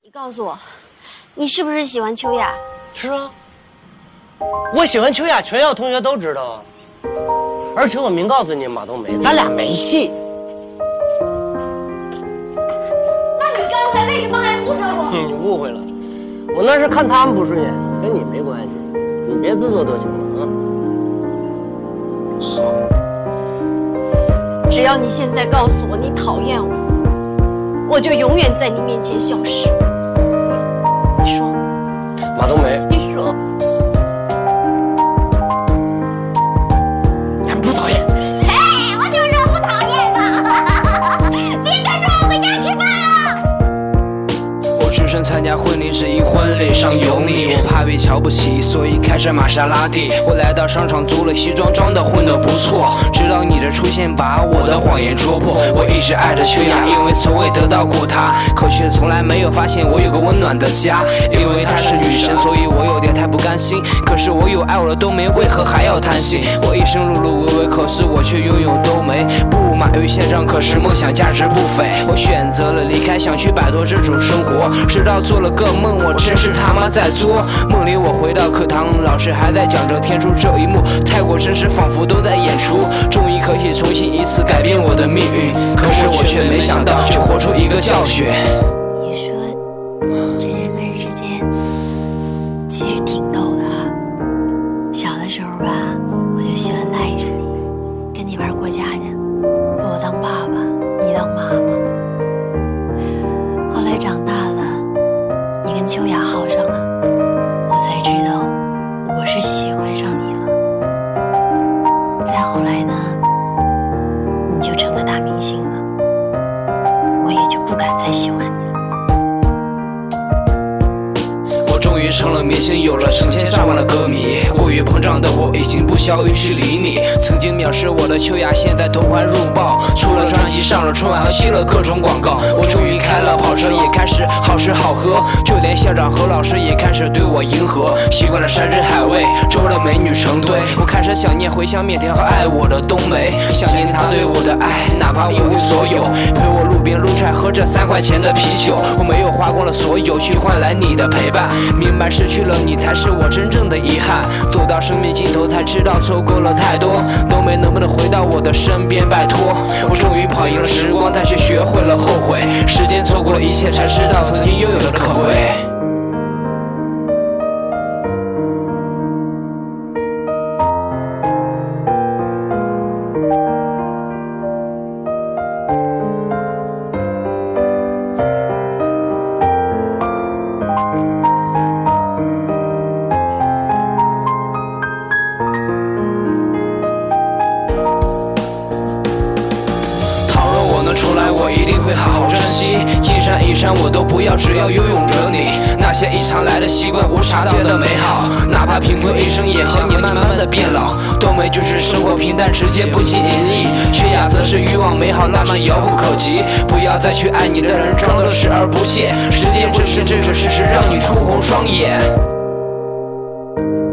你告诉我，你是不是喜欢秋雅？ 是啊，我喜欢秋雅，全校同学都知道啊。而且我明告诉你，马冬梅，咱俩没戏。 那你刚才为什么还护着我？ 你误会了，我那是看他们不顺眼，跟你没关系。你别自作多情了啊。 好，只要你现在告诉我你讨厌我，我就永远在你面前消失。你说， 马冬梅， 你说， 你还不讨厌？ 嘿，我就说不讨厌嘛！别跟着我回家吃饭了。 我只身参加婚礼，只因婚礼上有你。我怕被瞧不起，所以开着玛莎拉蒂。我来到商场租了西装，装的混得不错。直到你的出现，把我的谎言戳破。我一直爱着秋雅，因为从未得到过她，可却从来没有发现我有个温暖的家。因为她是女神，所以我有点太不甘心。可是我有爱我的冬梅，为何还要贪心？我一生碌碌无为，可是我却拥有冬梅。不满于现状，可是梦想价值不菲。我选择了离开，想去摆脱这种生活。直到做了个梦，我真是他妈在作。梦里我回到课堂，老师还在讲着天书，这一幕太过真实，仿佛都在演出。终于可以重新一次改变我的命运，可是我却没想到，却活出一个教训。 你说，这人跟人之间其实挺逗的啊。小的时候吧，我就喜欢赖着你，跟你玩过家家，把我当爸爸，你当妈妈。后来长大了，你跟秋雅好上了，我才知道我是喜欢上你了。再后来呢，你就成了大明星了，我也就不敢再喜欢你了。 我终于成了明星，有了成千上万的歌迷。过于膨胀的我已经不屑于去理你。曾经藐视我的秋雅，现在同欢入报，出了专辑，上了春晚，和接了各种广告。我终于开了跑车，也开始好吃好喝，就连校长和老师也开始对我迎合。习惯了山珍海味，周围的美女成堆，我开始想念茴香面条和爱我的冬梅，想念她对我的爱，哪怕一无所有。陪我路边撸串，喝着3块钱的啤酒，我没有花光了所有，去换来你的陪伴。明白失去了你才是我真正的遗憾，走到生命尽头才知道错过了太多。冬梅能不能回到我的身边，拜托。我终于跑赢了时光，但却学会了后悔。时间错过了一切，才知道曾经拥有的可贵。出来我一定会好好珍惜，金山银山我都不要，只要拥有着你。那些一常来的习惯，无差别的美好，哪怕贫困一生也和你慢慢的变老。冬梅就是生活平淡直接不经意，缺雅则是欲望美好浪漫遥不可及。不要再去爱你的人装的视而不见，时间会是这个事实让你冲红双眼。